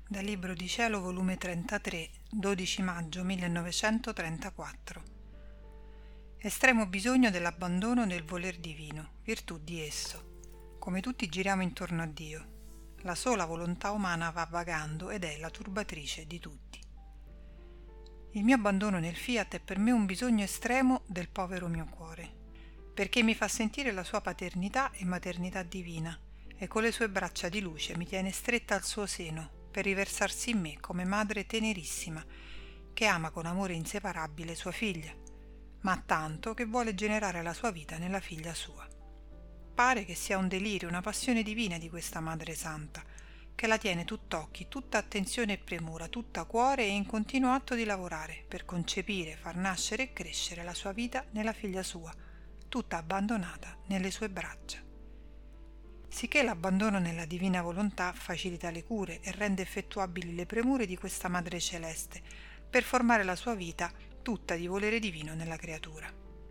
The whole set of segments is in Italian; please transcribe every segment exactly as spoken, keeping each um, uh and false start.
Dal Libro di Cielo, volume trentatré, dodici maggio millenovecentotrentaquattro. Estremo bisogno dell'abbandono del voler divino, virtù di esso. Come tutti giriamo intorno a Dio, la sola volontà umana va vagando ed è la turbatrice di tutti. Il mio abbandono nel Fiat è per me un bisogno estremo del povero mio cuore, perché mi fa sentire la sua paternità e maternità divina, e con le sue braccia di luce mi tiene stretta al suo seno, per riversarsi in me come madre tenerissima, che ama con amore inseparabile sua figlia, ma tanto che vuole generare la sua vita nella figlia sua. Pare che sia un delirio, una passione divina di questa Madre Santa, che la tiene tutt'occhi, tutta attenzione e premura, tutta cuore e in continuo atto di lavorare, per concepire, far nascere e crescere la sua vita nella figlia sua, tutta abbandonata nelle sue braccia. Sicché l'abbandono nella divina volontà facilita le cure e rende effettuabili le premure di questa Madre Celeste per formare la sua vita tutta di volere divino nella creatura.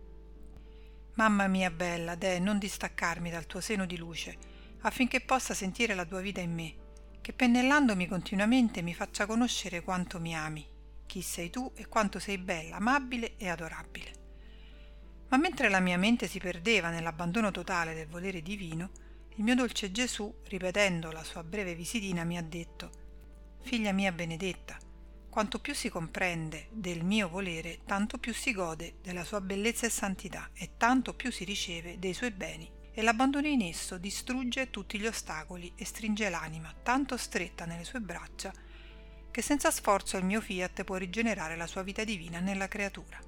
Mamma mia bella, deh, non distaccarmi dal tuo seno di luce, affinché possa sentire la tua vita in me, che pennellandomi continuamente mi faccia conoscere quanto mi ami, chi sei tu e quanto sei bella, amabile e adorabile. Ma mentre la mia mente si perdeva nell'abbandono totale del volere divino, il mio dolce Gesù, ripetendo la sua breve visitina, mi ha detto: «Figlia mia benedetta, quanto più si comprende del mio volere, tanto più si gode della sua bellezza e santità e tanto più si riceve dei suoi beni, e l'abbandono in esso distrugge tutti gli ostacoli e stringe l'anima tanto stretta nelle sue braccia che senza sforzo il mio fiat può rigenerare la sua vita divina nella creatura.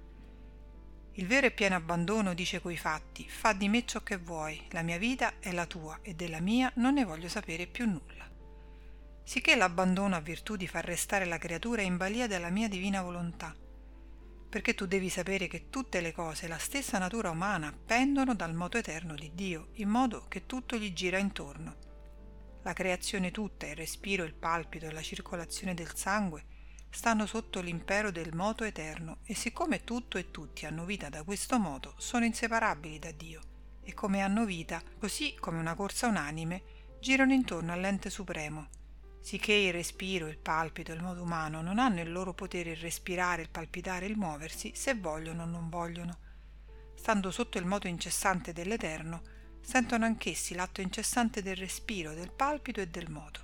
Il vero e pieno abbandono dice coi fatti: fa di me ciò che vuoi, la mia vita è la tua e della mia non ne voglio sapere più nulla. Sicché l'abbandono ha virtù di far restare la creatura in balia della mia divina volontà, perché tu devi sapere che tutte le cose, la stessa natura umana, pendono dal moto eterno di Dio, in modo che tutto gli gira intorno. La creazione tutta, il respiro, il palpito e la circolazione del sangue stanno sotto l'impero del moto eterno, e siccome tutto e tutti hanno vita da questo moto, sono inseparabili da Dio, e come hanno vita, così come una corsa unanime, girano intorno all'ente supremo, sicché il respiro, il palpito e il moto umano non hanno il loro potere il respirare, il palpitare e il muoversi, se vogliono o non vogliono. Stando sotto il moto incessante dell'Eterno, sentono anch'essi l'atto incessante del respiro, del palpito e del moto.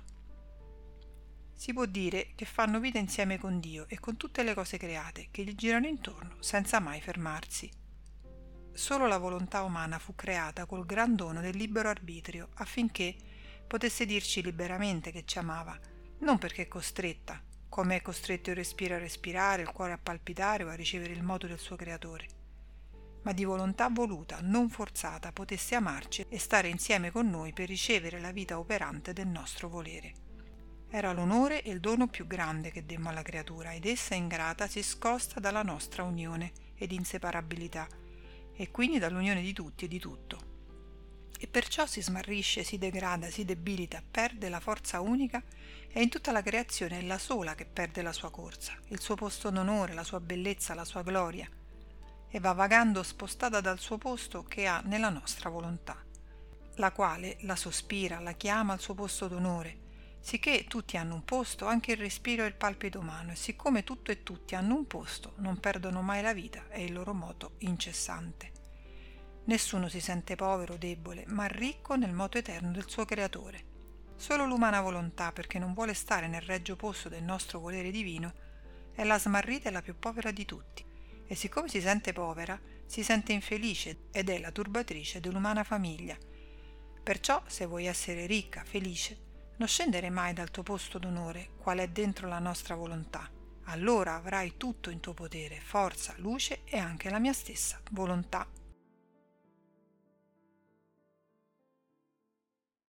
Si può dire che fanno vita insieme con Dio e con tutte le cose create, che gli girano intorno senza mai fermarsi. Solo la volontà umana fu creata col gran dono del libero arbitrio, affinché potesse dirci liberamente che ci amava, non perché è costretta, come è costretto il respiro a respirare, il cuore a palpitare o a ricevere il moto del suo creatore, ma di volontà voluta, non forzata, potesse amarci e stare insieme con noi per ricevere la vita operante del nostro volere. Era l'onore e il dono più grande che demmo alla creatura, ed essa ingrata si scosta dalla nostra unione ed inseparabilità, e quindi dall'unione di tutti e di tutto. E perciò si smarrisce, si degrada, si debilita, perde la forza unica, e in tutta la creazione è la sola che perde la sua corsa, il suo posto d'onore, la sua bellezza, la sua gloria, e va vagando spostata dal suo posto che ha nella nostra volontà, la quale la sospira, la chiama al suo posto d'onore, sicché tutti hanno un posto, anche il respiro e il palpito umano, e siccome tutto e tutti hanno un posto, non perdono mai la vita e il loro moto incessante. Nessuno si sente povero o debole, ma ricco nel moto eterno del suo creatore. Solo l'umana volontà, perché non vuole stare nel regio posto del nostro volere divino, è la smarrita e la più povera di tutti, e siccome si sente povera, si sente infelice ed è la turbatrice dell'umana famiglia. Perciò, se vuoi essere ricca, felice, non scendere mai dal tuo posto d'onore, qual è dentro la nostra volontà. Allora avrai tutto in tuo potere, forza, luce e anche la mia stessa volontà.